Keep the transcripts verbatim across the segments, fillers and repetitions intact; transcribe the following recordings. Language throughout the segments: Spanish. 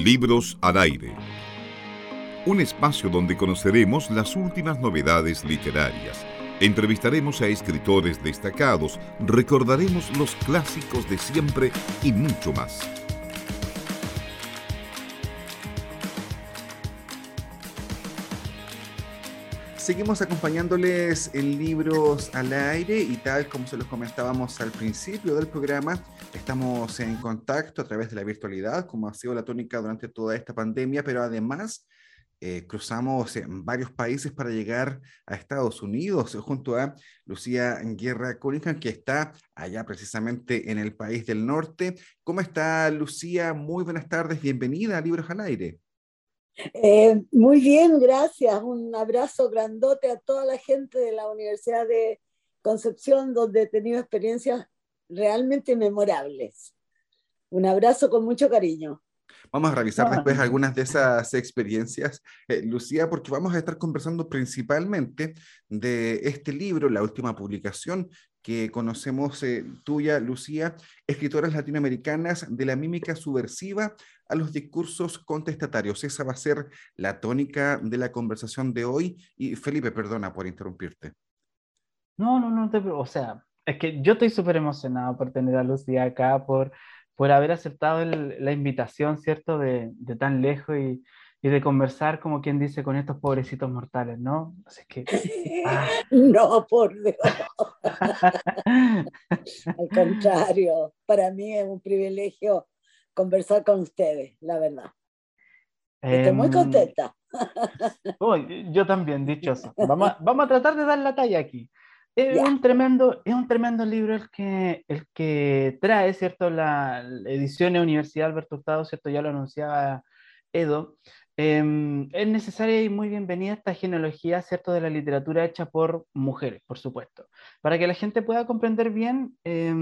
Libros al aire. Un espacio donde conoceremos las últimas novedades literarias. Entrevistaremos a escritores destacados, recordaremos los clásicos de siempre y mucho más. Seguimos acompañándoles en Libros al Aire y tal como se los comentábamos al principio del programa, estamos en contacto a través de la virtualidad, como ha sido la tónica durante toda esta pandemia, pero además eh, cruzamos en varios países para llegar a Estados Unidos junto a Lucía Guerra Cunningham, que está allá precisamente en el país del norte. ¿Cómo está, Lucía? Muy buenas tardes, bienvenida a Libros al Aire. Eh, muy bien, gracias. Un abrazo grandote a toda la gente de la Universidad de Concepción, donde he tenido experiencias realmente memorables. Un abrazo con mucho cariño. Vamos a revisar después algunas de esas experiencias, eh, Lucía, porque vamos a estar conversando principalmente de este libro, la última publicación que conocemos eh, tuya, Lucía, Escritoras Latinoamericanas de la mímica subversiva a los discursos contestatarios. Esa va a ser la tónica de la conversación de hoy. Y Felipe, perdona por interrumpirte. No, no, no, te, o sea, es que yo estoy súper emocionado por tener a Lucía acá, por, por haber aceptado el, la invitación, ¿cierto?, de, de tan lejos y, y de conversar, como quien dice, con estos pobrecitos mortales, ¿no? Así que... Ah. No, por Dios. Al contrario, para mí es un privilegio conversar con ustedes, la verdad. Estoy um, muy contenta. Oh, yo también, dichoso. Vamos a, vamos a tratar de dar la talla aquí. Es yeah. un tremendo, es un tremendo libro el que, el que trae, ¿cierto? La, la edición de Universidad Alberto Hurtado, ¿cierto? Ya lo anunciaba Edo. Eh, es necesaria y muy bienvenida esta genealogía, ¿cierto?, de la literatura hecha por mujeres, por supuesto. Para que la gente pueda comprender bien, eh,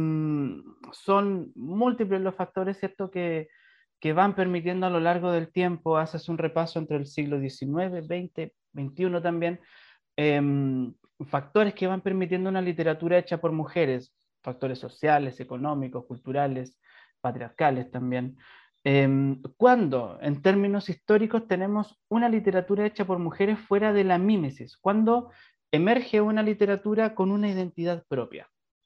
son múltiples los factores, ¿cierto?, que, que van permitiendo a lo largo del tiempo, haces un repaso entre el siglo diecinueve, veinte, veintiuno también, eh, factores que van permitiendo una literatura hecha por mujeres, factores sociales, económicos, culturales, patriarcales también. Eh, cuando, en términos históricos, tenemos una literatura hecha por mujeres fuera de la mímesis, cuando emerge una literatura con una identidad propia.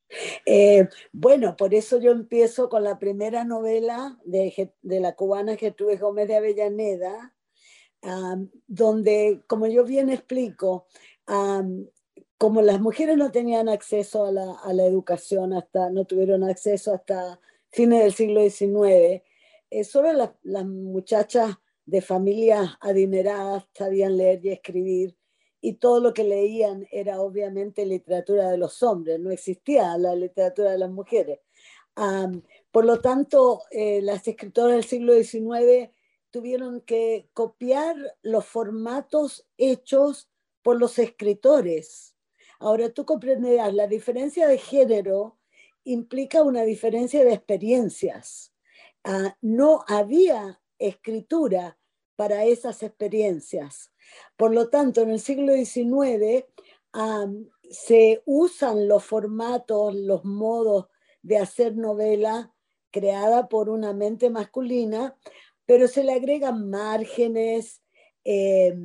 Eh, bueno, por eso yo empiezo con la primera novela de, de la cubana Gertrudis Gómez de Avellaneda, um, donde, como yo bien explico, um, como las mujeres no tenían acceso a la, a la educación, hasta, no tuvieron acceso hasta fines del siglo diecinueve, eh, solo las, las muchachas de familias adineradas sabían leer y escribir, y todo lo que leían era obviamente literatura de los hombres, no existía la literatura de las mujeres. Um, por lo tanto, eh, las escritoras del siglo diecinueve tuvieron que copiar los formatos hechos por los escritores. Ahora tú comprenderás, la diferencia de género implica una diferencia de experiencias. Uh, no había escritura para esas experiencias. Por lo tanto, en el siglo diecinueve um, se usan los formatos, los modos de hacer novela creada por una mente masculina, pero se le agregan márgenes, eh,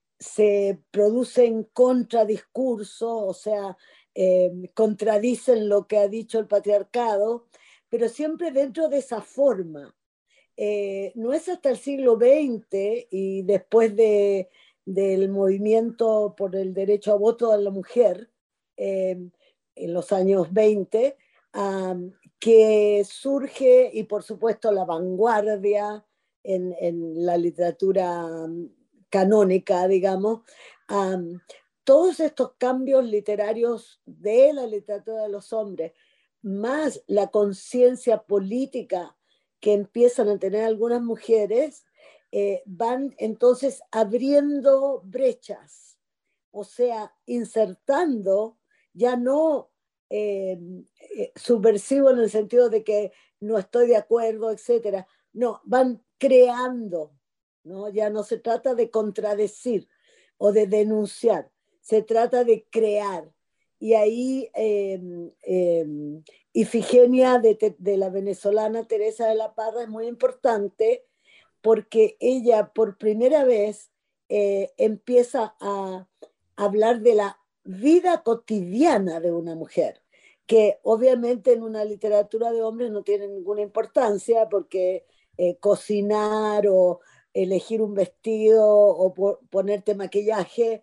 se producen contradiscursos, o sea, eh, contradicen lo que ha dicho el patriarcado, pero siempre dentro de esa forma. Eh, no es hasta el siglo veinte y después de, del movimiento por el derecho a voto de la mujer, eh, en los años veinte, um, que surge, y por supuesto la vanguardia en, en la literatura canónica, digamos, um, todos estos cambios literarios de la literatura de los hombres, más la conciencia política que empiezan a tener algunas mujeres, eh, van entonces abriendo brechas, o sea, insertando, ya no eh, eh, subversivo en el sentido de que no estoy de acuerdo, etcétera, no, van creando, ¿no? Ya no se trata de contradecir o de denunciar, se trata de crear. Y ahí eh, eh, Ifigenia de, de la venezolana Teresa de la Parra es muy importante porque ella por primera vez eh, empieza a hablar de la vida cotidiana de una mujer, que obviamente en una literatura de hombres no tiene ninguna importancia, porque eh, cocinar o elegir un vestido o po ponerte maquillaje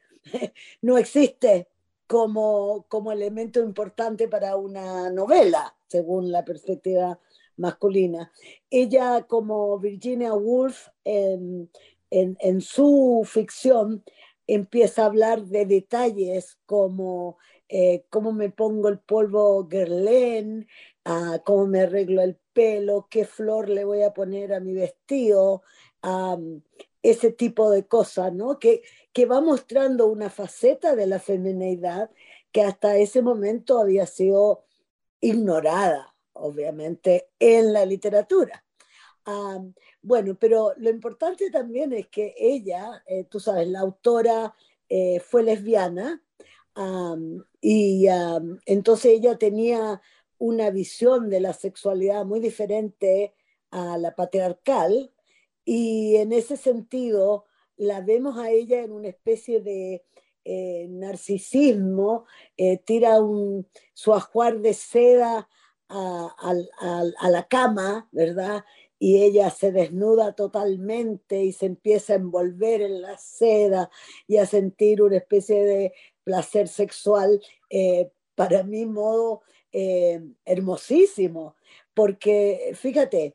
no existe como, como elemento importante para una novela, según la perspectiva masculina. Ella, como Virginia Woolf, en, en, en su ficción, empieza a hablar de detalles como eh, cómo me pongo el polvo Guerlain, uh, cómo me arreglo el pelo, qué flor le voy a poner a mi vestido, um, ese tipo de cosas, ¿no? Que, que va mostrando una faceta de la femineidad que hasta ese momento había sido ignorada, obviamente, en la literatura. Um, bueno, pero lo importante también es que ella, eh, tú sabes, la autora eh, fue lesbiana, um, y um, entonces ella tenía una visión de la sexualidad muy diferente a la patriarcal, y en ese sentido la vemos a ella en una especie de eh, narcisismo, eh, tira un, su ajuar de seda a, a, a, a la cama, ¿verdad? Y ella se desnuda totalmente y se empieza a envolver en la seda y a sentir una especie de placer sexual, eh, para mi modo, eh, hermosísimo, porque fíjate,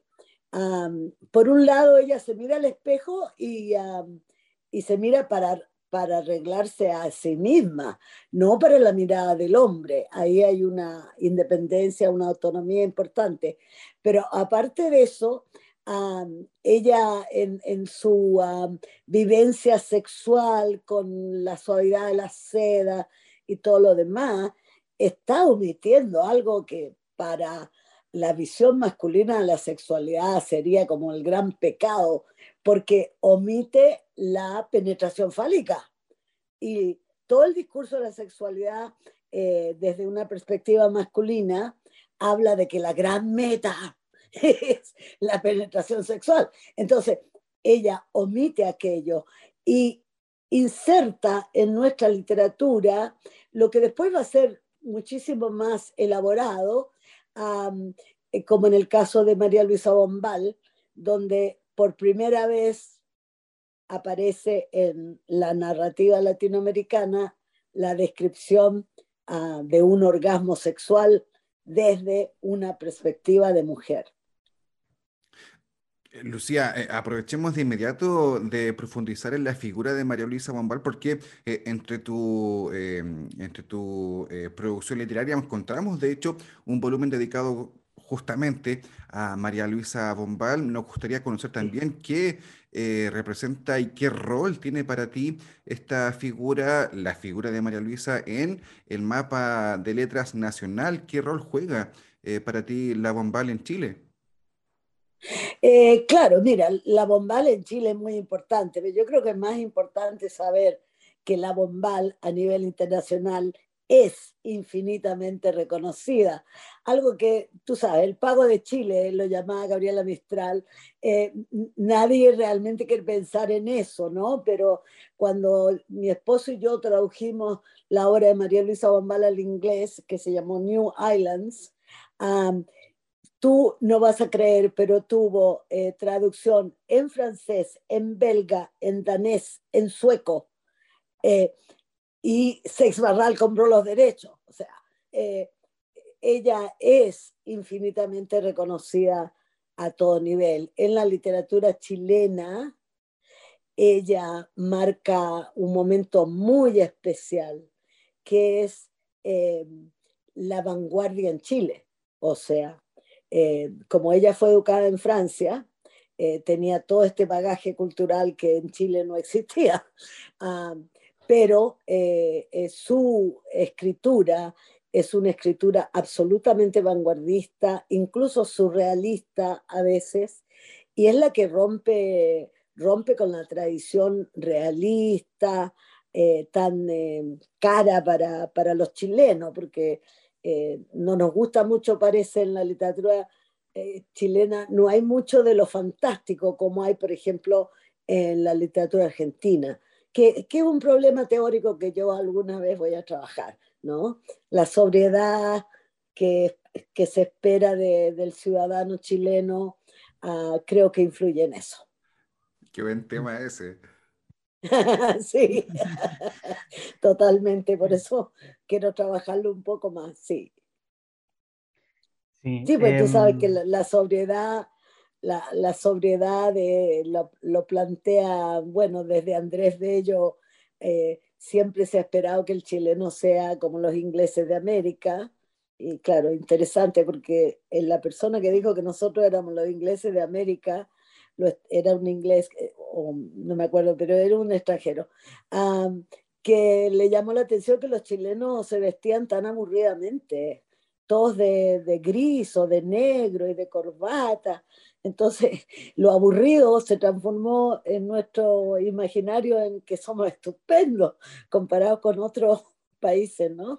um, por un lado ella se mira al espejo y, um, y se mira para, para arreglarse a sí misma, no para la mirada del hombre. Ahí hay una independencia, una autonomía importante, pero aparte de eso, Um, ella en, en su um, vivencia sexual con la suavidad de la seda y todo lo demás, está omitiendo algo que para la visión masculina de la sexualidad sería como el gran pecado, porque omite la penetración fálica. Y todo el discurso de la sexualidad, eh, desde una perspectiva masculina, habla de que la gran meta es la penetración sexual. Entonces, ella omite aquello y inserta en nuestra literatura lo que después va a ser muchísimo más elaborado, um, como en el caso de María Luisa Bombal, donde por primera vez aparece en la narrativa latinoamericana la descripción uh, de un orgasmo sexual desde una perspectiva de mujer. Lucía, eh, aprovechemos de inmediato de profundizar en la figura de María Luisa Bombal, porque eh, entre tu, eh, entre tu eh, producción literaria encontramos, de hecho, un volumen dedicado justamente a María Luisa Bombal. Nos gustaría conocer también qué eh, representa y qué rol tiene para ti esta figura, la figura de María Luisa en el mapa de letras nacional. ¿Qué rol juega eh, para ti la Bombal en Chile? Eh, claro, mira, la Bombal en Chile es muy importante, pero yo creo que es más importante saber que la Bombal a nivel internacional es infinitamente reconocida. Algo que, tú sabes, el Pago de Chile, lo llamaba Gabriela Mistral, eh, nadie realmente quiere pensar en eso, ¿no? Pero cuando mi esposo y yo tradujimos la obra de María Luisa Bombal al inglés, que se llamó New Islands, um, tú no vas a creer, pero tuvo eh, traducción en francés, en belga, en danés, en sueco, eh, y Seix Barral compró los derechos. O sea, eh, ella es infinitamente reconocida a todo nivel. En la literatura chilena, ella marca un momento muy especial, que es eh, la vanguardia en Chile. O sea, eh, como ella fue educada en Francia, eh, tenía todo este bagaje cultural que en Chile no existía, uh, pero eh, eh, su escritura es una escritura absolutamente vanguardista, incluso surrealista a veces, y es la que rompe, rompe con la tradición realista, eh, tan eh, cara para, para los chilenos, porque Eh, no nos gusta mucho, parece, en la literatura eh, chilena no hay mucho de lo fantástico como hay, por ejemplo, en la literatura argentina, que, que es un problema teórico que yo alguna vez voy a trabajar, ¿no? La sobriedad que, que se espera de, del ciudadano chileno, uh, creo que influye en eso. Qué buen tema ese. Sí, totalmente, por eso quiero trabajarlo un poco más, sí. Sí, Sí, pues eh, tú sabes que la, la sobriedad, la, la sobriedad de, lo, lo plantea, bueno, desde Andrés Bello, eh, siempre se ha esperado que el chileno sea como los ingleses de América, y claro, interesante porque la persona que dijo que nosotros éramos los ingleses de América, lo, era un inglés, o no me acuerdo, pero era un extranjero, um, que le llamó la atención que los chilenos se vestían tan aburridamente, todos de, de gris o de negro y de corbata. Entonces, lo aburrido se transformó en nuestro imaginario en que somos estupendos comparados con otros países, ¿no?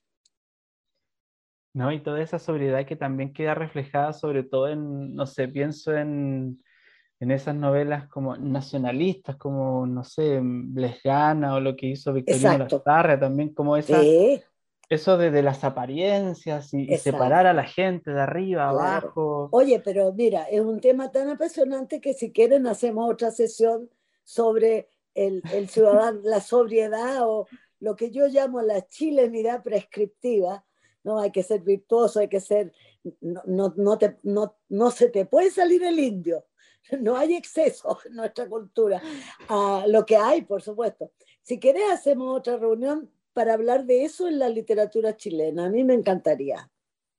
¿no? Y toda esa sobriedad que también queda reflejada sobre todo en, no sé, pienso en, en esas novelas como nacionalistas, como, no sé, Lesgana o lo que hizo Victorino Exacto. Lastarria, también como esa, Sí, eso de, de las apariencias y, y separar a la exacto. gente de arriba a Claro. abajo. Oye, pero mira, es un tema tan apasionante que si quieren hacemos otra sesión sobre el, el ciudadano, la sobriedad o lo que yo llamo la chilenidad prescriptiva. No hay que ser virtuoso, hay que ser, no, no, no, te, no, no se te puede salir el indio. No hay exceso en nuestra cultura. Ah, lo que hay, por supuesto. Si querés, hacemos otra reunión para hablar de eso en la literatura chilena. A mí me encantaría.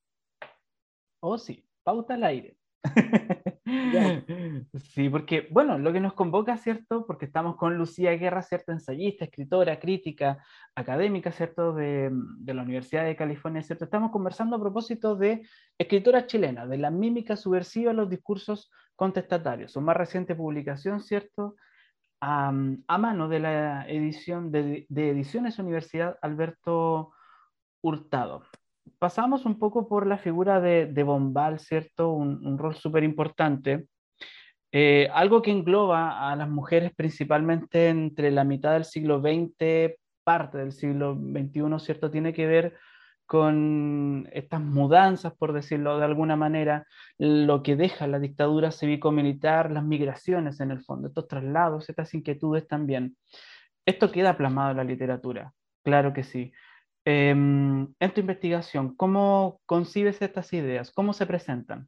Oh, sí, pauta al aire. Ya. Sí, porque, bueno, lo que nos convoca, ¿cierto? Porque estamos con Lucía Guerra, ¿cierto? Ensayista, escritora, crítica, académica, ¿cierto? De, de la Universidad de California, ¿cierto? Estamos conversando a propósito de escritora chilena, de la mímica subversiva en los discursos contestatarios. Su más reciente publicación, ¿cierto? A, a mano de la edición de, de Ediciones Universidad Alberto Hurtado. Pasamos un poco por la figura de, de Bombal, ¿cierto? Un, un rol súper importante. Eh, algo que engloba a las mujeres principalmente entre la mitad del siglo veinte, parte del siglo veintiuno, ¿cierto? Tiene que ver con estas mudanzas, por decirlo de alguna manera, lo que deja la dictadura cívico-militar, las migraciones en el fondo, estos traslados, estas inquietudes también. Esto queda plasmado en la literatura, claro que sí. Eh, en tu investigación, ¿cómo concibes estas ideas? ¿Cómo se presentan?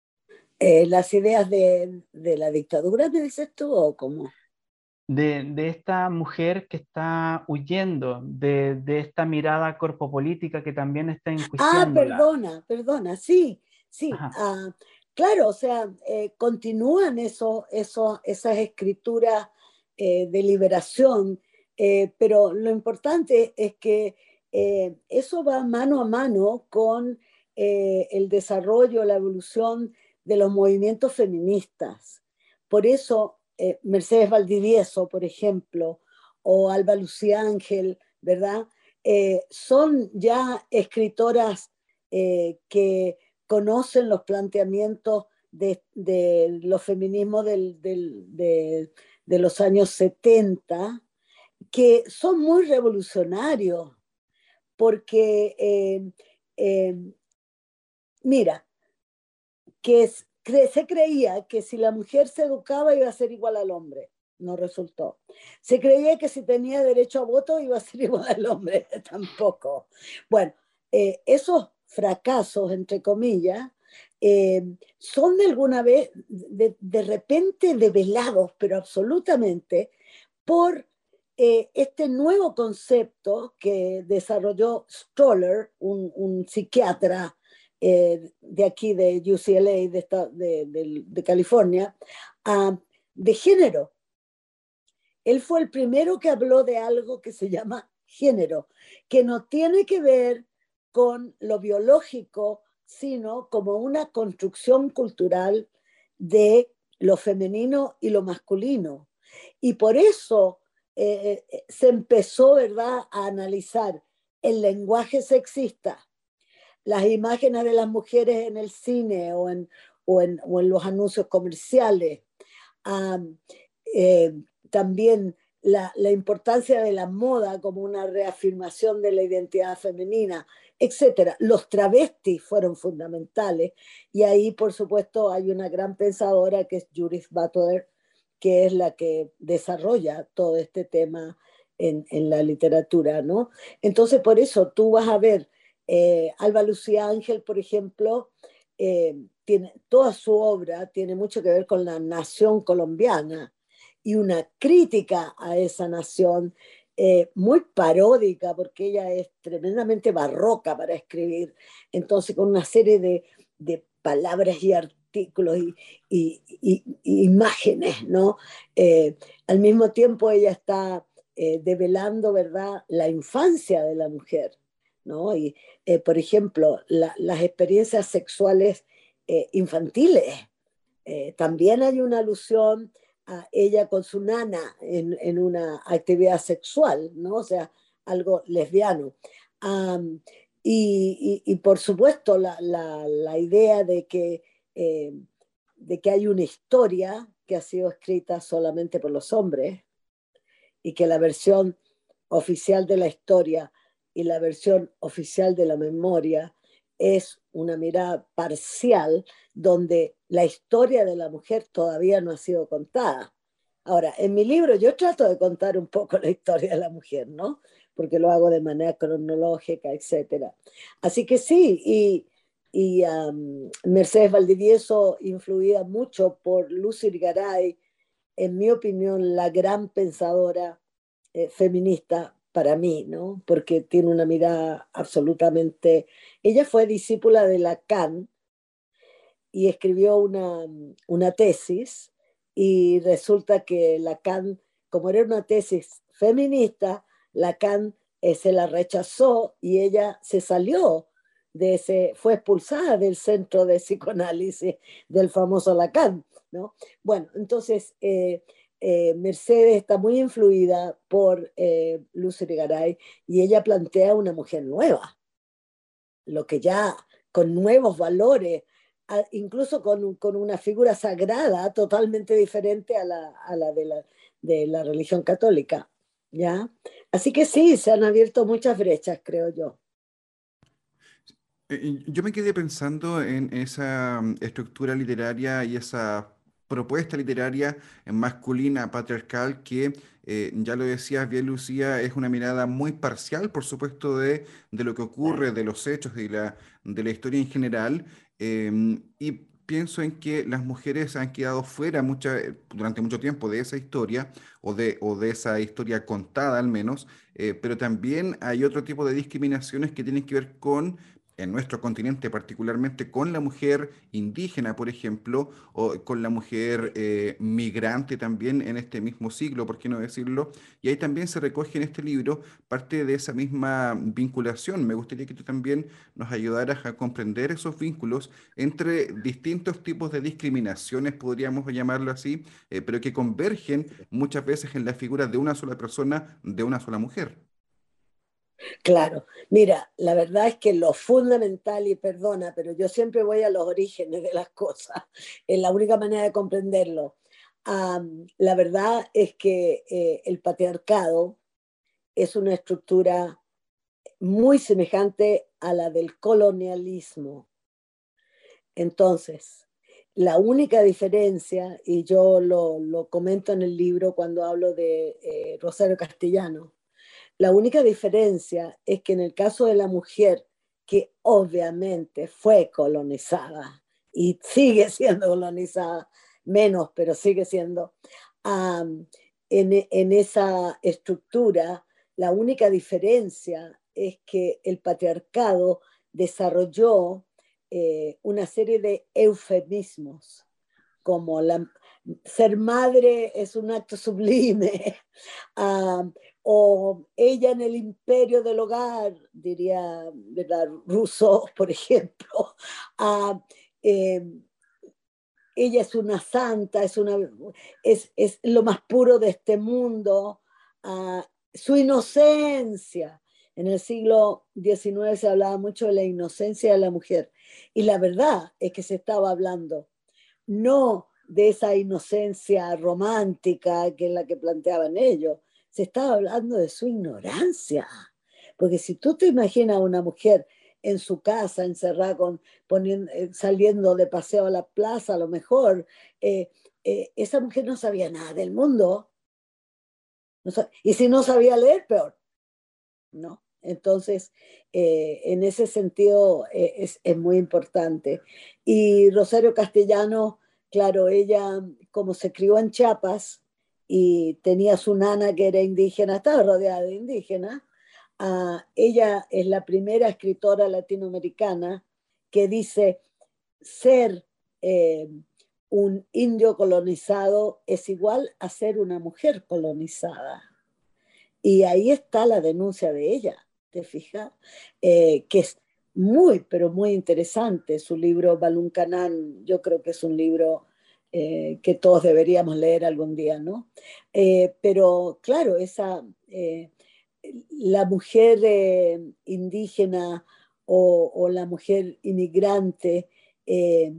Eh, las ideas de, de la dictadura, ¿me dices tú o cómo? De, de esta mujer que está huyendo de, de esta mirada corpopolítica que también está Ah, enjuiciándola. perdona, perdona, sí, sí. Ajá. Ah, claro, o sea, eh, continúan eso, eso, esas escrituras eh, de liberación, eh, pero lo importante es que eh, eso va mano a mano con eh, el desarrollo, la evolución de los movimientos feministas. Por eso, eh, Mercedes Valdivieso, por ejemplo, o Alba Lucía Ángel, ¿verdad? Eh, son ya escritoras eh, que conocen los planteamientos de, de los feminismos del, del, de, de, los años setenta, que son muy revolucionarios, porque, eh, eh, mira, que es, cre, se creía que si la mujer se educaba iba a ser igual al hombre. No resultó. Se creía que si tenía derecho a voto iba a ser igual al hombre, tampoco. Bueno, eh, esos fracasos, entre comillas, eh, son de alguna vez, de, de repente develados, pero absolutamente, por eh, este nuevo concepto que desarrolló Stoller, un, un psiquiatra eh, de aquí de U C L A, de, esta, de, de, de California, uh, de género. Él fue el primero que habló de algo que se llama género, que no tiene que ver con lo biológico, sino como una construcción cultural de lo femenino y lo masculino. Y por eso eh, se empezó, ¿verdad?, a analizar el lenguaje sexista, las imágenes de las mujeres en el cine o en, o en, o en los anuncios comerciales. Um, eh, también la, la importancia de la moda como una reafirmación de la identidad femenina, etcétera. Los travestis fueron fundamentales y ahí, por supuesto, hay una gran pensadora que es Judith Butler, que es la que desarrolla todo este tema en, en la literatura, ¿no? Entonces, por eso tú vas a ver eh, Alba Lucía Ángel, por ejemplo, eh, tiene, toda su obra tiene mucho que ver con la nación colombiana y una crítica a esa nación eh, muy paródica, porque ella es tremendamente barroca para escribir, entonces con una serie de, de palabras y artículos y, y, y, y imágenes, ¿no? Eh, al mismo tiempo ella está eh, develando, ¿verdad?, la infancia de la mujer, ¿no? Y, eh, por ejemplo, la, las experiencias sexuales eh, infantiles. Eh, también hay una alusión a ella con su nana en, en una actividad sexual, ¿no? O sea, algo lesbiano. Um, y, y, y, por supuesto, la, la, la idea de que, eh, de que hay una historia que ha sido escrita solamente por los hombres y que la versión oficial de la historia y la versión oficial de la memoria es una mirada parcial donde la historia de la mujer todavía no ha sido contada. Ahora, en mi libro yo trato de contar un poco la historia de la mujer, ¿no? Porque lo hago de manera cronológica, etcétera. Así que sí, y, y um, Mercedes Valdivieso, influida mucho por Lucy Garay, en mi opinión, la gran pensadora eh, feminista para mí, ¿no? Porque tiene una mirada absolutamente... Ella fue discípula de Lacan y escribió una, una tesis y resulta que Lacan, como era una tesis feminista, Lacan eh, se la rechazó y ella se salió de ese, fue expulsada del centro de psicoanálisis del famoso Lacan, ¿no? Bueno, entonces... Eh, Eh, Mercedes está muy influida por eh, Lucy Garay y ella plantea una mujer nueva, lo que ya con nuevos valores, a, incluso con, con una figura sagrada totalmente diferente a la, a la, de, la de la religión católica, ¿ya? Así que sí, se han abierto muchas brechas, creo yo. Eh, Yo me quedé pensando en esa mm, estructura literaria y esa propuesta literaria masculina patriarcal que, eh, ya lo decías bien, Lucía, es una mirada muy parcial, por supuesto, de, de lo que ocurre, de los hechos, de la, de la historia en general. em, y pienso en que las mujeres han quedado fuera mucha, eh, durante mucho tiempo de esa historia, o de, o de esa historia contada al menos, eh, pero también hay otro tipo de discriminaciones que tienen que ver con en nuestro continente, particularmente con la mujer indígena, por ejemplo, o con la mujer eh, migrante también en este mismo siglo, por qué no decirlo. Y ahí también se recoge en este libro parte de esa misma vinculación. Me gustaría que tú también nos ayudaras a comprender esos vínculos entre distintos tipos de discriminaciones, podríamos llamarlo así, eh, pero que convergen muchas veces en la figura de una sola persona, de una sola mujer. Claro, mira, la verdad es que lo fundamental, y perdona, pero yo siempre voy a los orígenes de las cosas, es la única manera de comprenderlo. Um, la verdad es que eh, el patriarcado es una estructura muy semejante a la del colonialismo. Entonces, la única diferencia, y yo lo, lo comento en el libro cuando hablo de eh, Rosario Castellano, la única diferencia es que en el caso de la mujer, que obviamente fue colonizada y sigue siendo colonizada, menos, pero sigue siendo, um, en, en esa estructura, la única diferencia es que el patriarcado desarrolló eh, una serie de eufemismos, como la, ser madre es un acto sublime, uh, o ella en el imperio del hogar, diría, ¿verdad?, Rousseau, por ejemplo. Uh, eh, ella es una santa, es, una, es, es lo más puro de este mundo. Uh, su inocencia, En el siglo diecinueve se hablaba mucho de la inocencia de la mujer. Y la verdad es que se estaba hablando no de esa inocencia romántica que es la que planteaban ellos, se estaba hablando de su ignorancia. Porque si tú te imaginas a una mujer en su casa, encerrada, con, poniendo, saliendo de paseo a la plaza, a lo mejor, eh, eh, esa mujer no sabía nada del mundo. No sab- y si no sabía leer, peor. ¿No? Entonces, eh, en ese sentido eh, es, es muy importante. Y Rosario Castellano, claro, ella como se crió en Chiapas y tenía su nana que era indígena, estaba rodeada de indígenas, uh, ella es la primera escritora latinoamericana que dice ser eh, un indio colonizado es igual a ser una mujer colonizada. Y ahí está la denuncia de ella, ¿te fijas? Eh, que es muy, pero muy interesante. Su libro Balún Canán, yo creo que es un libro eh, que todos deberíamos leer algún día, ¿no? Eh, pero claro, esa, eh, la mujer eh, indígena o, o, la mujer inmigrante eh,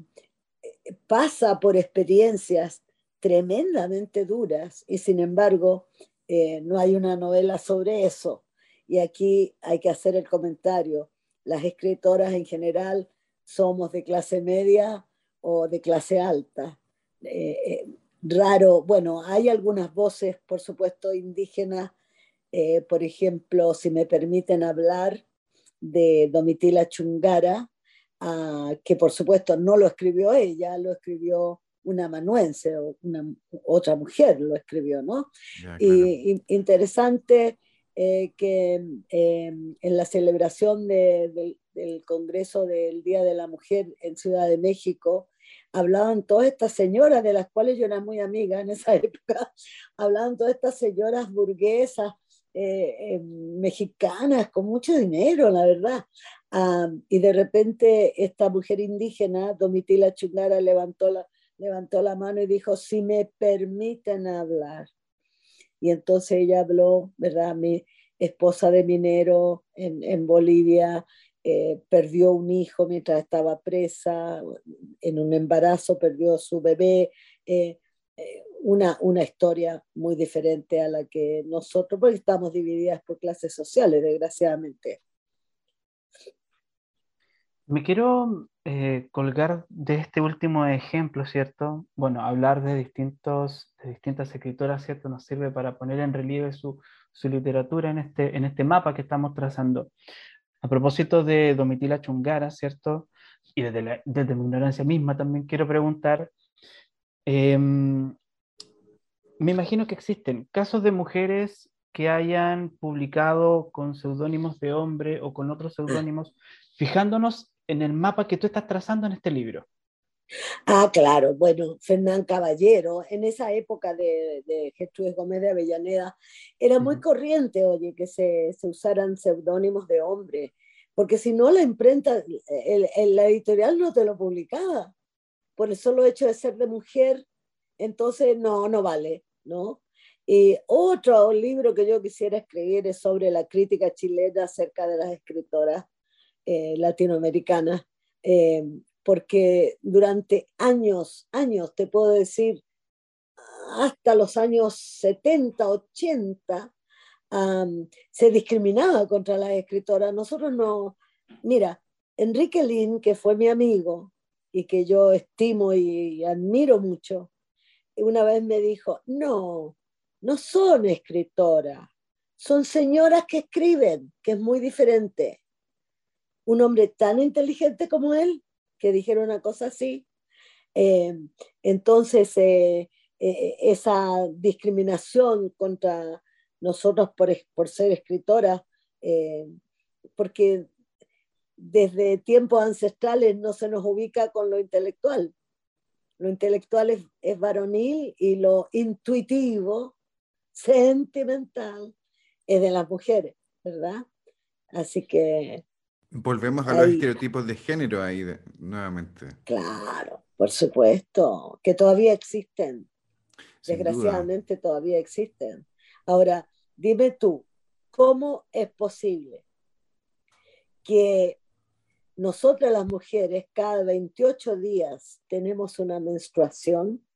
pasa por experiencias tremendamente duras y sin embargo eh, no hay una novela sobre eso. Y aquí hay que hacer el comentario. Las escritoras en general somos de clase media o de clase alta. Eh, eh, raro, bueno, hay algunas voces, por supuesto, indígenas, eh, por ejemplo, si me permiten hablar de Domitila Chungara, uh, que por supuesto no lo escribió ella, lo escribió una amanuense o una, otra mujer lo escribió, ¿no? Ya, claro. Y, y interesante eh, que eh, en la celebración de, de, del Congreso del Día de la Mujer en Ciudad de México, hablaban todas estas señoras, de las cuales yo era muy amiga en esa época, hablaban todas estas señoras burguesas, eh, eh, mexicanas, con mucho dinero, la verdad. Um, y de repente esta mujer indígena, Domitila Chungara, levantó la, levantó la mano y dijo, si me permiten hablar. Y entonces ella habló, ¿verdad? Mi esposa de minero en, en Bolivia eh, perdió un hijo mientras estaba presa, en un embarazo perdió su bebé, eh, eh, una, una historia muy diferente a la que nosotros, porque estamos divididas por clases sociales, desgraciadamente. Me quiero eh, colgar de este último ejemplo, ¿cierto? Bueno, hablar de, distintos, de distintas escritoras, ¿cierto? Nos sirve para poner en relieve su, su literatura en este, en este mapa que estamos trazando. A propósito de Domitila Chungara, ¿cierto? Y desde, la, desde mi ignorancia misma también quiero preguntar, eh, me imagino que existen casos de mujeres que hayan publicado con seudónimos de hombre o con otros seudónimos, fijándonos en el mapa que tú estás trazando en este libro. Ah, claro, bueno, Fernán Caballero, en esa época de, de Gertrudis Gómez de Avellaneda, era muy uh-huh. corriente, oye, que se, se usaran seudónimos de hombre, porque si no la imprenta, el, el, la editorial no te lo publicaba, por el solo hecho de ser de mujer, entonces no, no vale, ¿no? Y otro libro que yo quisiera escribir es sobre la crítica chilena acerca de las escritoras eh, latinoamericanas, eh, porque durante años, años, te puedo decir, hasta los años setenta, ochenta, um, se discriminaba contra las escritoras. Nosotros no, mira, Enrique Lin, que fue mi amigo y que yo estimo y admiro mucho, una vez me dijo, no, no son escritoras, son señoras que escriben, que es muy diferente. Un hombre tan inteligente como él, que dijera una cosa así. Eh, entonces, eh, eh, esa discriminación contra nosotros por, por ser escritoras, eh, porque desde tiempos ancestrales no se nos ubica con lo intelectual. Lo intelectual es, es varonil y lo intuitivo, sentimental, es de las mujeres, ¿verdad? Así que... Volvemos a ahí, los estereotipos de género ahí de, nuevamente. Claro, por supuesto, que todavía existen. Sin Desgraciadamente duda. Todavía existen. Ahora, dime tú, ¿cómo es posible que nosotras las mujeres cada veintiocho días tenemos una menstruación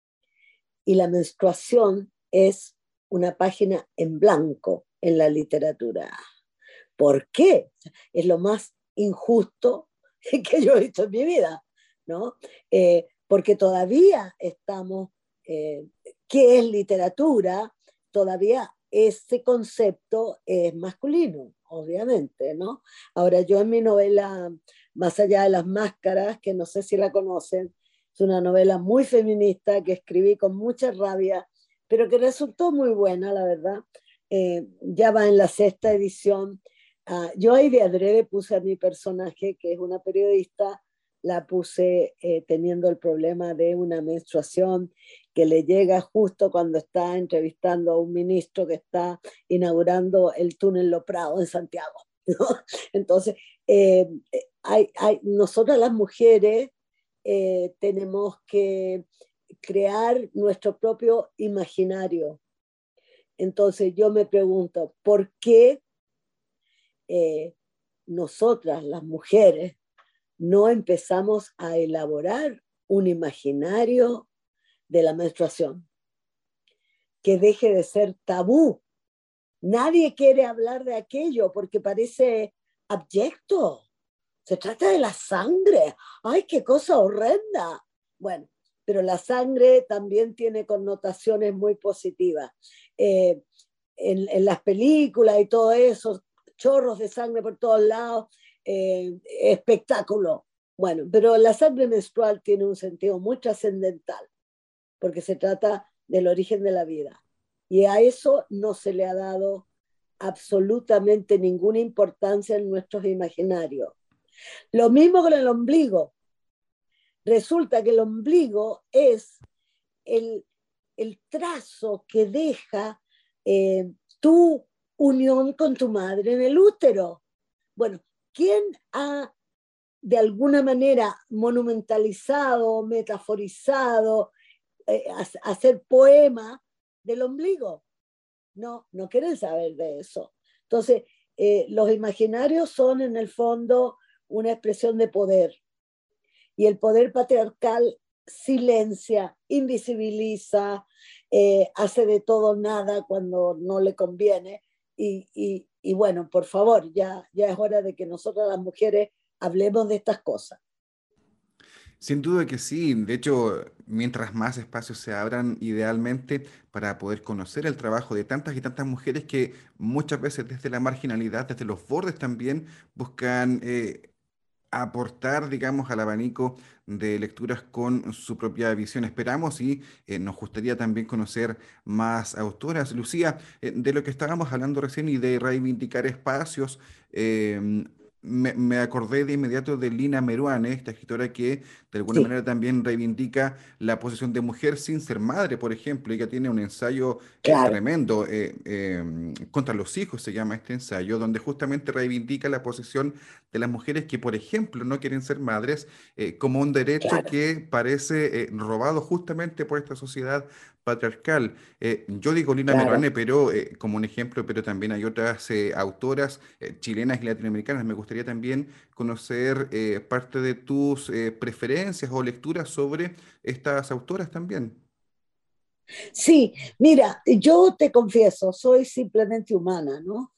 y la menstruación es una página en blanco en la literatura. ¿Por qué? Es lo más injusto que yo he visto en mi vida, ¿no? Eh, porque todavía estamos, eh, ¿qué es literatura? Todavía ese concepto es masculino, obviamente, ¿no? Ahora, yo en mi novela Más allá de las máscaras, que no sé si la conocen, es una novela muy feminista que escribí con mucha rabia, pero que resultó muy buena, la verdad. Eh, ya va en la sexta edición. Uh, yo ahí de adrede puse a mi personaje, que es una periodista, la puse eh, teniendo el problema de una menstruación que le llega justo cuando está entrevistando a un ministro que está inaugurando el túnel Lo Prado en Santiago, ¿no? Entonces, eh, hay, hay, nosotras las mujeres eh, tenemos que crear nuestro propio imaginario. Entonces yo me pregunto, ¿por qué eh, nosotras las mujeres no empezamos a elaborar un imaginario de la menstruación que deje de ser tabú? Nadie quiere hablar de aquello porque parece abyecto. Se trata de la sangre. ¡Ay, qué cosa horrenda! Bueno, pero la sangre también tiene connotaciones muy positivas. Eh, en, en las películas y todo eso, chorros de sangre por todos lados, eh, espectáculo. Bueno, pero la sangre menstrual tiene un sentido muy trascendental, porque se trata del origen de la vida. Y a eso no se le ha dado absolutamente ninguna importancia en nuestros imaginarios. Lo mismo con el ombligo. Resulta que el ombligo es el, el trazo que deja eh, tu unión con tu madre en el útero. Bueno, ¿quién ha de alguna manera monumentalizado, metaforizado, eh, hacer poema del ombligo? No, no quieren saber de eso. Entonces, eh, los imaginarios son en el fondo una expresión de poder. Y el poder patriarcal silencia, invisibiliza, eh, hace de todo nada cuando no le conviene. Y, y, y bueno, por favor, ya, ya es hora de que nosotras las mujeres hablemos de estas cosas. Sin duda que sí. De hecho, mientras más espacios se abran idealmente para poder conocer el trabajo de tantas y tantas mujeres que muchas veces desde la marginalidad, desde los bordes también buscan eh, aportar, digamos, al abanico de lecturas con su propia visión. Esperamos y eh, nos gustaría también conocer más autoras. Lucía, eh, de lo que estábamos hablando recién y de reivindicar espacios, eh, me, me acordé de inmediato de Lina Meruane, esta escritora que de alguna Sí, manera también reivindica la posición de mujer sin ser madre, por ejemplo. Ella tiene un ensayo eh, claro, tremendo, eh, eh, contra los hijos se llama este ensayo, donde justamente reivindica la posición de las mujeres que, por ejemplo, no quieren ser madres, eh, como un derecho claro, que parece eh, robado justamente por esta sociedad patriarcal. Eh, yo digo Lina claro. Meruane, pero eh, como un ejemplo, pero también hay otras eh, autoras eh, chilenas y latinoamericanas. Me gustaría también conocer eh, parte de tus eh, preferencias o lecturas sobre estas autoras también. Sí, mira, yo te confieso, soy simplemente humana, ¿no?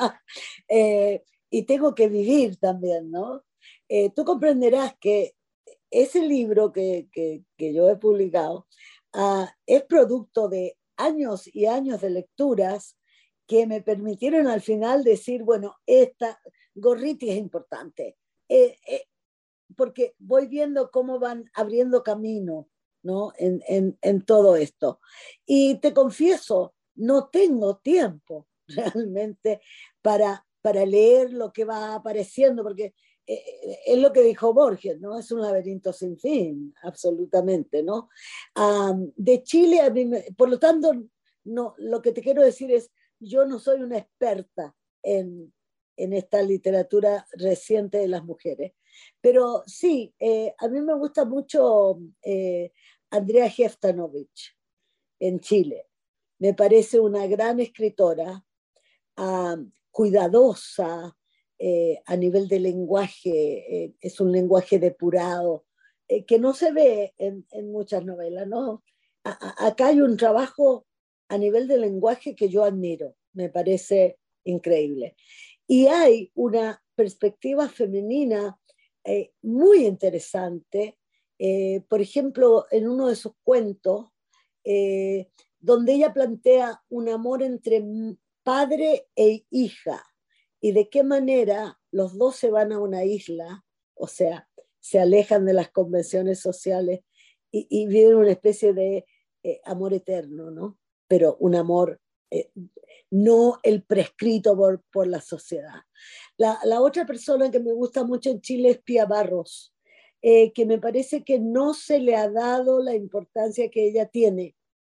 eh, y tengo que vivir también, ¿no? Eh, tú comprenderás que ese libro que, que, que yo he publicado uh, es producto de años y años de lecturas que me permitieron al final decir, bueno, esta Gorriti es importante, eh, eh, porque voy viendo cómo van abriendo camino, ¿no? En, en, en todo esto. Y te confieso, no tengo tiempo realmente para, para leer lo que va apareciendo, porque eh, es lo que dijo Borges, ¿no? Es un laberinto sin fin, absolutamente, ¿no? Um, de Chile, a mí me, por lo tanto, no, lo que te quiero decir es, yo no soy una experta en, en esta literatura reciente de las mujeres, pero sí, eh, a mí me gusta mucho eh, Andrea Heftanovich en Chile. Me parece una gran escritora, uh, cuidadosa, eh, a nivel de lenguaje, eh, es un lenguaje depurado, eh, que no se ve en, en muchas novelas, ¿no? A, a, acá hay un trabajo a nivel de lenguaje que yo admiro, me parece increíble. Y hay una perspectiva femenina eh, muy interesante, eh, por ejemplo, en uno de sus cuentos, eh, donde ella plantea un amor entre padre e hija, y de qué manera los dos se van a una isla, o sea, se alejan de las convenciones sociales y, y viven una especie de eh, amor eterno, ¿no? Pero un amor, eh, no el prescrito por, por la sociedad. La, la otra persona que me gusta mucho en Chile es Pía Barros, eh, que me parece que no se le ha dado la importancia que ella tiene.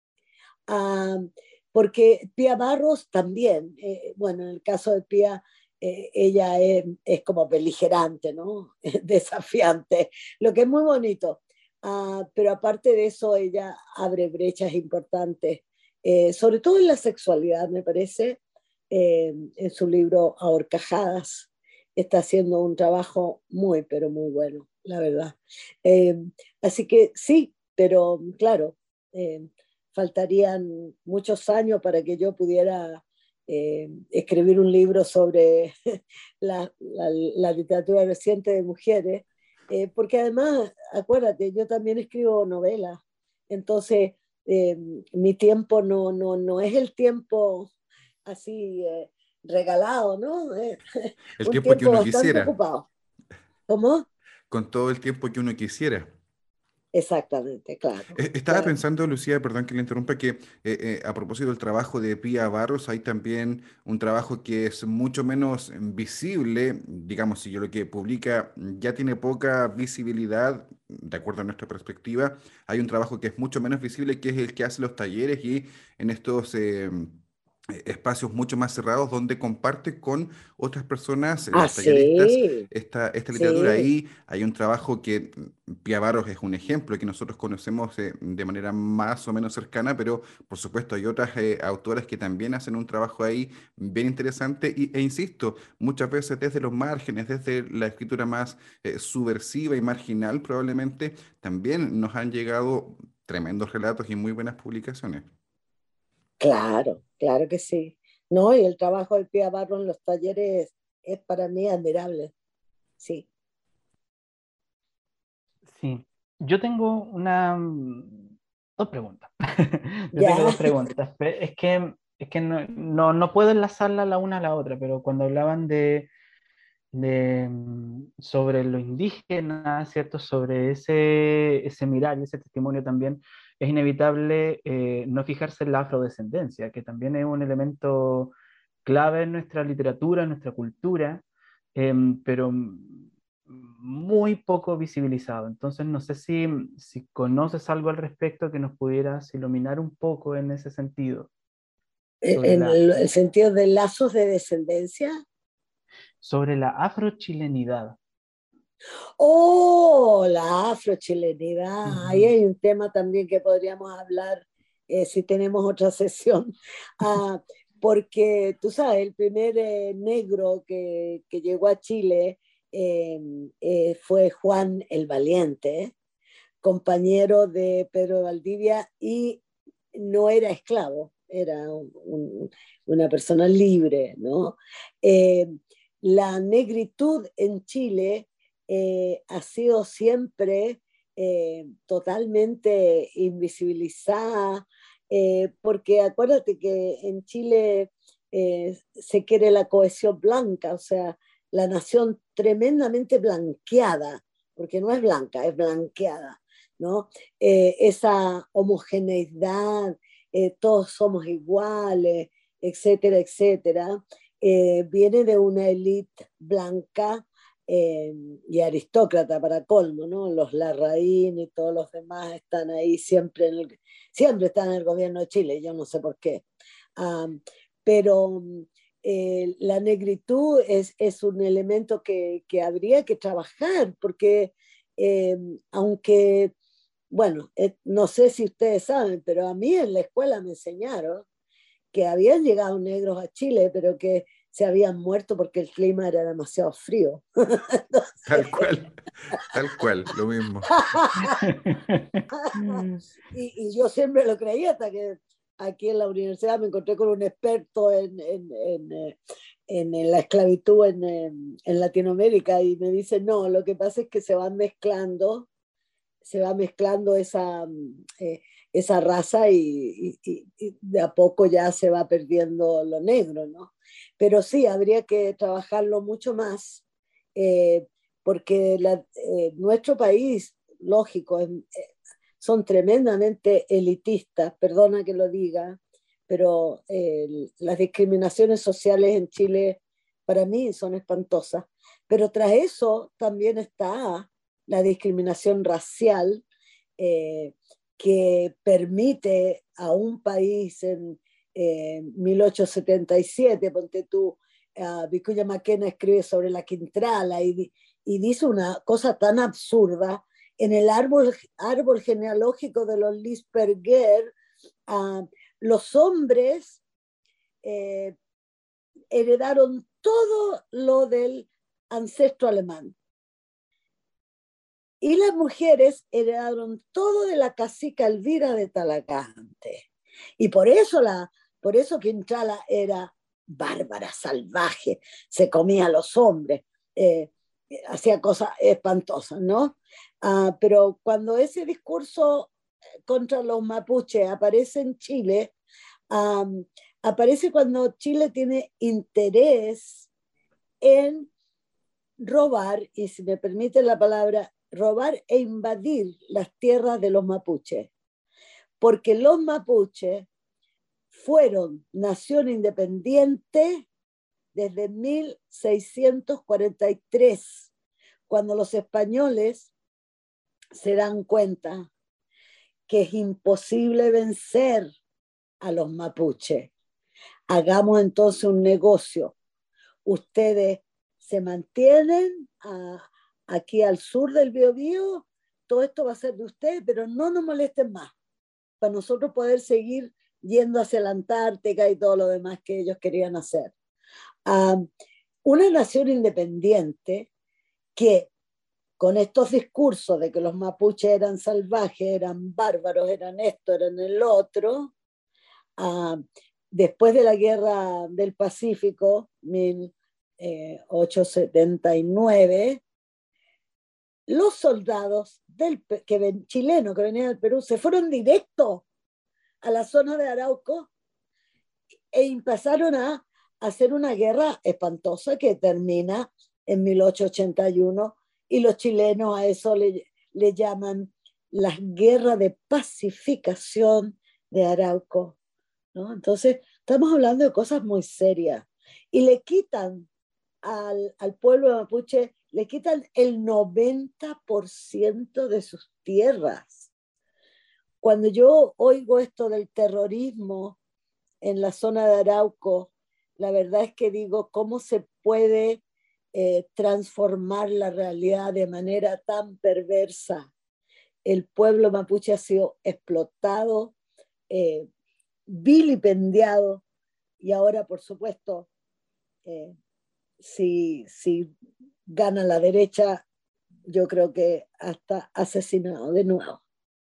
Uh, porque Pía Barros también, eh, bueno, en el caso de Pía, eh, ella es, es como beligerante, ¿no? Desafiante, lo que es muy bonito. Uh, pero aparte de eso, ella abre brechas importantes, eh, sobre todo en la sexualidad, me parece, eh, en su libro A Horcajadas. Está haciendo un trabajo muy, pero muy bueno, la verdad. Eh, así que sí, pero claro, eh, faltarían muchos años para que yo pudiera eh, escribir un libro sobre la, la, la literatura reciente de mujeres, eh, porque además, acuérdate, yo también escribo novelas, entonces eh, mi tiempo no, no, no es el tiempo así eh, regalado, ¿no? El Un tiempo que tiempo uno bastante quisiera, ocupado. ¿Cómo? con todo el tiempo que uno quisiera. Exactamente, claro, Eh, Estaba claro. pensando, Lucía, perdón que le interrumpa, que eh, eh, a propósito del trabajo de Pía Barros, hay también un trabajo que es mucho menos visible, digamos, si yo lo que publica ya tiene poca visibilidad, de acuerdo a nuestra perspectiva, hay un trabajo que es mucho menos visible, que es el que hace los talleres y en estos... eh, eh, espacios mucho más cerrados donde comparte con otras personas, eh, Ah, los talleristas, sí, esta, esta literatura. sí. Ahí hay un trabajo que mm, Pía Baros es un ejemplo que nosotros conocemos eh, de manera más o menos cercana, pero por supuesto hay otras eh, autoras que también hacen un trabajo ahí bien interesante y, e insisto, muchas veces desde los márgenes, desde la escritura más eh, subversiva y marginal probablemente, también nos han llegado tremendos relatos y muy buenas publicaciones. Claro, claro que sí. No, y el trabajo de Pía Barro en los talleres es para mí admirable. Sí. Sí, yo tengo una, mm, dos preguntas. Yo tengo Ya. dos preguntas. Pe- Es que, es que no, no, no puedo enlazarla la una a la otra, pero cuando hablaban de, de, mm, sobre lo indígena, ¿cierto? Sobre ese, ese mirar, ese testimonio también, es inevitable eh, no fijarse en la afrodescendencia, que también es un elemento clave en nuestra literatura, en nuestra cultura, em, pero mm, muy poco visibilizado. Entonces, no sé si, si conoces algo al respecto que nos pudieras iluminar un poco en ese sentido, sobre En la, el, el sentido de lazos de descendencia. sobre la afrochilenidad. Oh, la afrochilenidad. Ahí Ujú. hay un tema también que podríamos hablar eh, si tenemos otra sesión. Ah, porque tú sabes, el primer eh, negro que, que llegó a Chile eh, eh, fue Juan el Valiente, compañero de Pedro de Valdivia, y no era esclavo, era un, un, una persona libre, ¿no? Eh, la negritud en Chile eh, ha sido siempre eh, totalmente invisibilizada, eh, porque acuérdate que en Chile eh, se quiere la cohesión blanca, o sea, la nación tremendamente blanqueada, porque no es blanca, es blanqueada, ¿no? Eh, esa homogeneidad, eh, todos somos iguales, etcétera, etcétera, eh, viene de una élite blanca eh, y aristócrata para colmo, ¿no? Los Larraín y todos los demás están ahí siempre, en el, siempre están en el gobierno de Chile, yo no sé por qué. Um, pero eh, la negritud es, es un elemento que, que habría que trabajar, porque eh, aunque bueno, eh, no sé si ustedes saben, pero a mí en la escuela me enseñaron que habían llegado negros a Chile, pero que se habían muerto porque el clima era demasiado frío. Entonces, Tal cual, tal cual, lo mismo. y, y yo siempre lo creía hasta que aquí en la universidad me encontré con un experto en, en, en, en, en la esclavitud en, en, en Latinoamérica y me dice, no, lo que pasa es que se van mezclando, se va mezclando esa, eh, esa raza y, y, y de a poco ya se va perdiendo lo negro, ¿no? Pero sí, habría que trabajarlo mucho más, eh, porque la, eh, nuestro país, lógico, es, eh, son tremendamente elitistas, perdona que lo diga, pero eh, las discriminaciones sociales en Chile para mí son espantosas. Pero tras eso también está la discriminación racial eh, que permite a un país en eh, mil ochocientos setenta y siete, ponte tú, uh, Vicuña Maquena escribe sobre la Quintrala y, y dice una cosa tan absurda. En el árbol, árbol genealógico de los Lisperguer, uh, los hombres eh, heredaron todo lo del ancestro alemán. Y las mujeres heredaron todo de la cacica Elvira de Talagante. Y por eso, la, por eso Quintrala era bárbara, salvaje, se comía a los hombres, eh, hacía cosas espantosas, ¿no? Uh, pero cuando ese discurso contra los mapuches aparece en Chile, um, aparece cuando Chile tiene interés en robar, y si me permite la palabra, robar e invadir las tierras de los mapuches, porque los mapuches fueron nación independiente desde mil seiscientos cuarenta y tres, cuando los españoles se dan cuenta que es imposible vencer a los mapuches. Hagamos entonces un negocio. Ustedes se mantienen a, aquí al sur del Biobío, todo esto va a ser de ustedes, pero no nos molesten más, para nosotros poder seguir yendo hacia la Antártica y todo lo demás que ellos querían hacer. Um, una nación independiente que con estos discursos de que los mapuches eran salvajes, eran bárbaros, eran esto, eran el otro, uh, después de la Guerra del Pacífico, mil ochocientos setenta y nueve, los soldados del, que ven, chilenos que venían del Perú se fueron directo a la zona de Arauco e empezaron a hacer una guerra espantosa que termina en mil ochocientos ochenta y uno, y los chilenos a eso le, le llaman la guerra de pacificación de Arauco, ¿no? Entonces estamos hablando de cosas muy serias y le quitan al, al pueblo mapuche, le quitan el noventa por ciento de sus tierras. Cuando yo oigo esto del terrorismo en la zona de Arauco, la verdad es que digo, ¿cómo se puede eh, transformar la realidad de manera tan perversa? El pueblo mapuche ha sido explotado, eh, vilipendiado, y ahora, por supuesto, eh, si, si gana la derecha, yo creo que hasta asesinado de nuevo.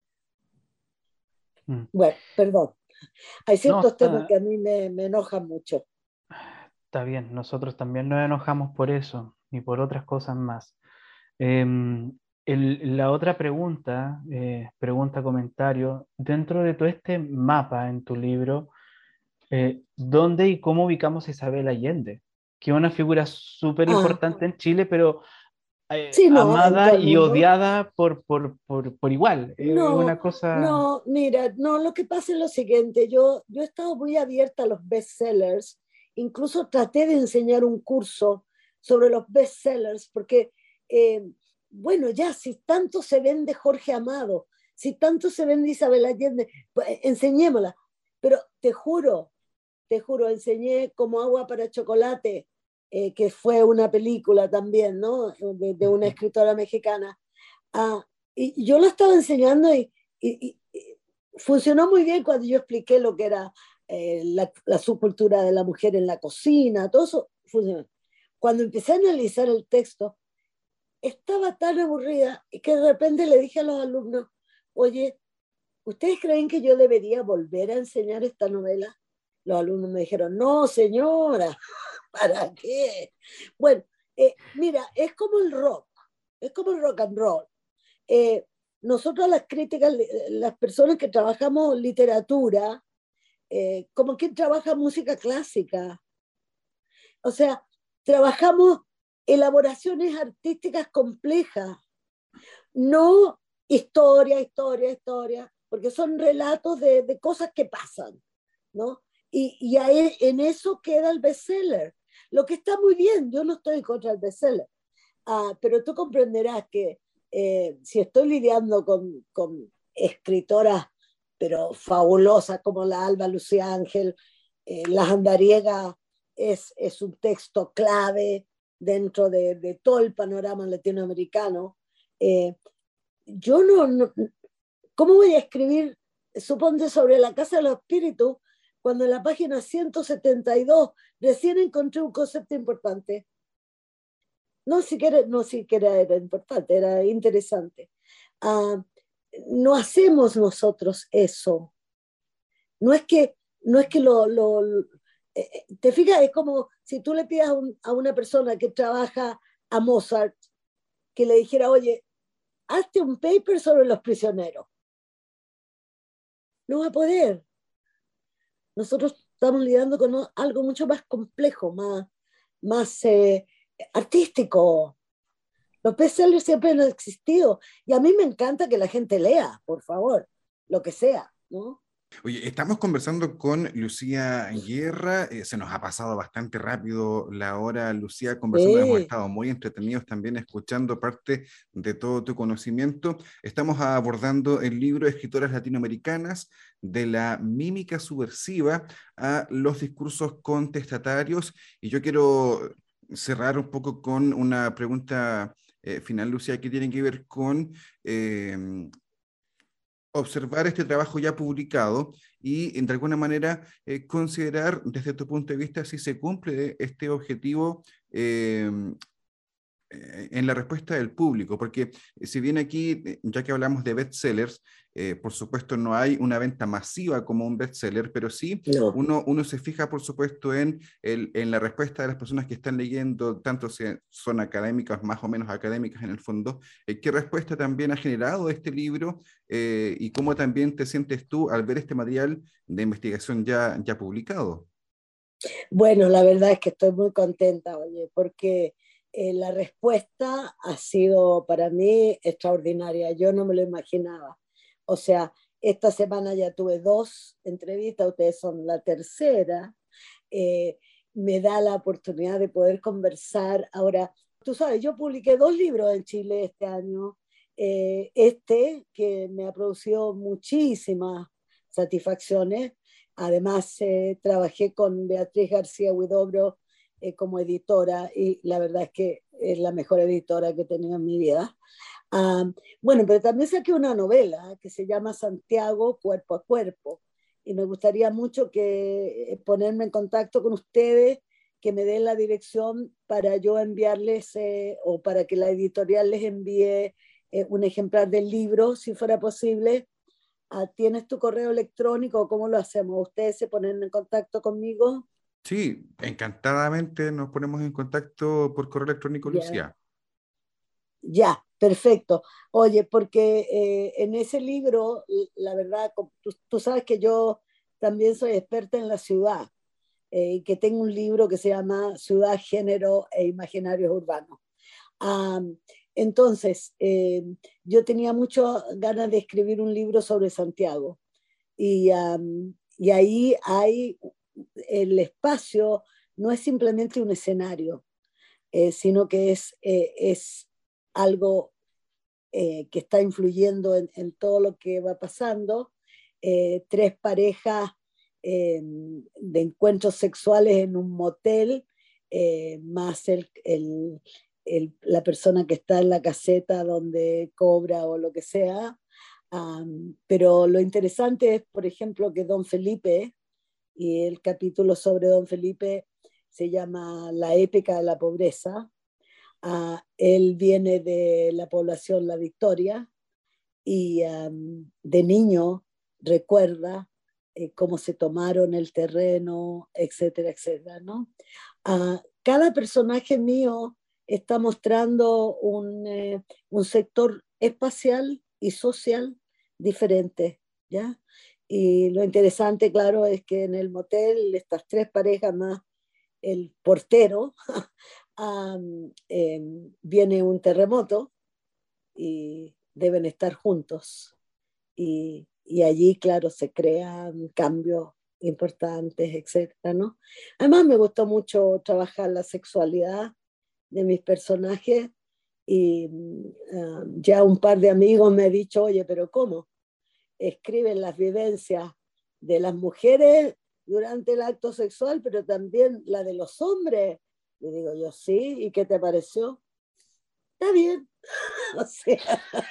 Mm. Bueno, perdón. Hay ciertos no, temas que a mí me, me enojan mucho. Está bien, nosotros también nos enojamos por eso y por otras cosas más. Eh, el, la otra pregunta, eh, pregunta, comentario, dentro de todo este mapa en tu libro, eh, ¿dónde y cómo ubicamos a Isabel Allende? Que es una figura súper importante ah. en Chile, pero eh, sí, no, amada y odiada por, por, por, por igual. No, es una cosa... no, mira, no, lo que pasa es lo siguiente, yo, yo he estado muy abierta a los bestsellers, incluso traté de enseñar un curso sobre los bestsellers, porque, eh, bueno, ya, si tanto se vende Jorge Amado, si tanto se vende Isabel Allende, pues, enseñémosla, pero te juro, te juro, enseñé Como agua para chocolate, eh, que fue una película también, ¿no? De, de una escritora mexicana. Ah, y yo lo estaba enseñando y, y, y funcionó muy bien cuando yo expliqué lo que era eh, la, la subcultura de la mujer en la cocina, todo eso funcionando. Cuando empecé a analizar el texto, estaba tan aburrida que de repente le dije a los alumnos, oye, ¿ustedes creen que yo debería volver a enseñar esta novela? Los alumnos me dijeron, no, señora, ¿para qué? Bueno, eh, mira, es como el rock, es como el rock and roll. Eh, nosotros las críticas, las personas que trabajamos literatura, eh, como quien trabaja música clásica. O sea, trabajamos elaboraciones artísticas complejas, no historia, historia, historia, porque son relatos de, de cosas que pasan, ¿no? Y, y ahí, en eso queda el bestseller. Lo que está muy bien, yo no estoy contra el bestseller, ah, pero tú comprenderás que eh, si estoy lidiando con, con escritoras, pero fabulosas como la Alba Lucía Ángel, eh, Las Andariegas es, es un texto clave dentro de, de todo el panorama latinoamericano. Eh, yo no, no, ¿cómo voy a escribir, suponte, sobre la Casa de los Espíritus cuando en la página ciento setenta y dos recién encontré un concepto importante? No siquiera, no siquiera era importante, era interesante. Uh, no hacemos nosotros eso. No es que, no es que lo... lo, lo eh, te fijas, es como si tú le pidas a, un, a una persona que trabaja a Mozart que le dijera, oye, hazte un paper sobre los prisioneros. No va a poder. Nosotros estamos lidiando con algo mucho más complejo, más, más eh, artístico. Los bestsellers siempre han existido y a mí me encanta que la gente lea, por favor, lo que sea, ¿no? Oye, estamos conversando con Lucía Guerra, eh, se nos ha pasado bastante rápido la hora, Lucía, conversando, hemos Sí. estado muy entretenidos también escuchando parte de todo tu conocimiento. Estamos abordando el libro Escritoras Latinoamericanas, de la mímica subversiva a los discursos contestatarios, y yo quiero cerrar un poco con una pregunta eh, final, Lucía, que tiene que ver con... Eh, observar este trabajo ya publicado y de alguna manera eh, considerar desde tu punto de vista si se cumple este objetivo eh, en la respuesta del público, porque si bien aquí, ya que hablamos de bestsellers, eh, por supuesto no hay una venta masiva como un bestseller, pero sí No. uno, uno se fija, por supuesto, en, el, en la respuesta de las personas que están leyendo, tanto si son académicas, más o menos académicas en el fondo, eh, qué respuesta también ha generado este libro eh, y cómo también te sientes tú al ver este material de investigación ya, ya publicado. Bueno, la verdad es que estoy muy contenta, oye, porque eh, la respuesta ha sido para mí extraordinaria. Yo no me lo imaginaba. O sea, esta semana ya tuve dos entrevistas, ustedes son la tercera. Eh, me da la oportunidad de poder conversar. Ahora, tú sabes, yo publiqué dos libros en Chile este año. Eh, este, que me ha producido muchísimas satisfacciones. Además, eh, trabajé con Beatriz García Huidobro eh, como editora y la verdad es que es la mejor editora que he tenido en mi vida. Uh, bueno, pero también saqué una novela que se llama Santiago, Cuerpo a Cuerpo, y me gustaría mucho que, eh, ponerme en contacto con ustedes, que me den la dirección para yo enviarles eh, o para que la editorial les envíe eh, un ejemplar del libro, si fuera posible. Uh, ¿Tienes tu correo electrónico o cómo lo hacemos? ¿Ustedes se ponen en contacto conmigo? Sí, encantadamente nos ponemos en contacto por correo electrónico, Ya. Lucía. Ya, perfecto. Oye, porque eh, en ese libro, la verdad, tú, tú sabes que yo también soy experta en la ciudad eh, y que tengo un libro que se llama Ciudad, Género e Imaginarios Urbanos. Um, entonces, eh, yo tenía muchas ganas de escribir un libro sobre Santiago y, um, y ahí hay el espacio, no es simplemente un escenario, eh, sino que es, eh, es algo eh, que está influyendo en, en todo lo que va pasando. Eh, tres parejas eh, de encuentros sexuales en un motel, eh, más el, el, el, la persona que está en la caseta donde cobra o lo que sea. Um, pero lo interesante es, por ejemplo, que Don Felipe y el capítulo sobre Don Felipe se llama La épica de la pobreza. Uh, él viene de la población La Victoria y um, de niño recuerda eh, cómo se tomaron el terreno, etcétera, etcétera, ¿no? Uh, cada personaje mío está mostrando un, eh, un sector espacial y social diferente, ¿ya? Y lo interesante, claro, es que en el motel estas tres parejas más el portero, um, eh, viene un terremoto y deben estar juntos. Y, y allí, claro, se crean cambios importantes, etcétera, ¿no? Además, me gustó mucho trabajar la sexualidad de mis personajes y uh, ya un par de amigos me han dicho, oye, pero ¿cómo? Escriben las vivencias de las mujeres durante el acto sexual, pero también la de los hombres. Le digo yo, sí, ¿y qué te pareció? Está bien. O sea,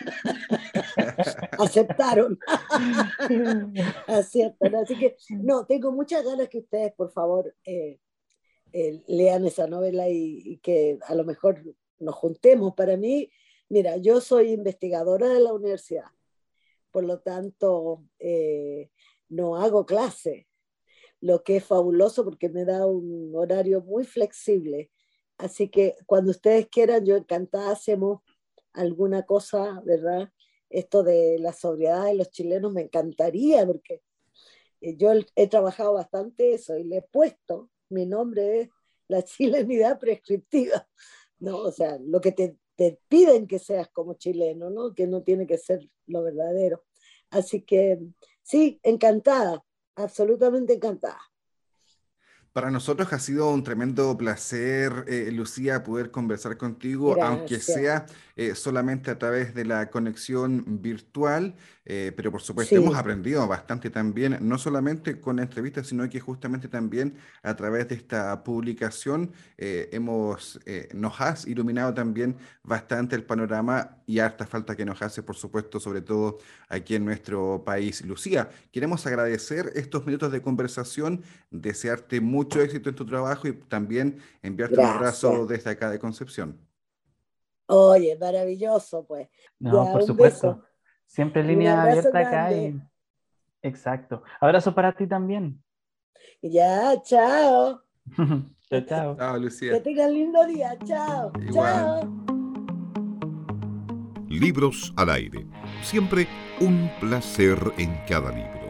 aceptaron. Aceptan. Así que, no, tengo muchas ganas que ustedes, por favor, eh, eh, lean esa novela y, y que a lo mejor nos juntemos. Para mí, mira, yo soy investigadora de la universidad, por lo tanto, eh, no hago clase, lo que es fabuloso porque me da un horario muy flexible. Así que cuando ustedes quieran, yo encantada hacemos alguna cosa, ¿verdad? Esto de la sobriedad de los chilenos me encantaría porque yo he trabajado bastante eso y le he puesto, mi nombre es la chilenidad prescriptiva, ¿no? O sea, lo que te, te piden que seas como chileno, ¿no? Que no tiene que ser lo verdadero. Así que sí, encantada, absolutamente encantada. Para nosotros ha sido un tremendo placer, eh, Lucía, poder conversar contigo, Gracias. aunque sea eh, solamente a través de la conexión virtual, eh, pero por supuesto Sí. hemos aprendido bastante también, no solamente con la entrevista, sino que justamente también a través de esta publicación eh, hemos, eh, nos has iluminado también bastante el panorama y harta falta que nos hace, por supuesto, sobre todo aquí en nuestro país. Lucía, queremos agradecer estos minutos de conversación, desearte mucho mucho éxito en tu trabajo y también enviarte Gracias. un abrazo desde acá de Concepción. Oye, maravilloso, pues. No, ya, por un supuesto. beso. Siempre Un línea abrazo abierta acá grande. y... Exacto. Abrazo para ti también. Ya, chao. Chao, chao. Chao, Lucía. Que tengan lindo día. Chao. Igual. Chao. Libros al aire. Siempre un placer en cada libro.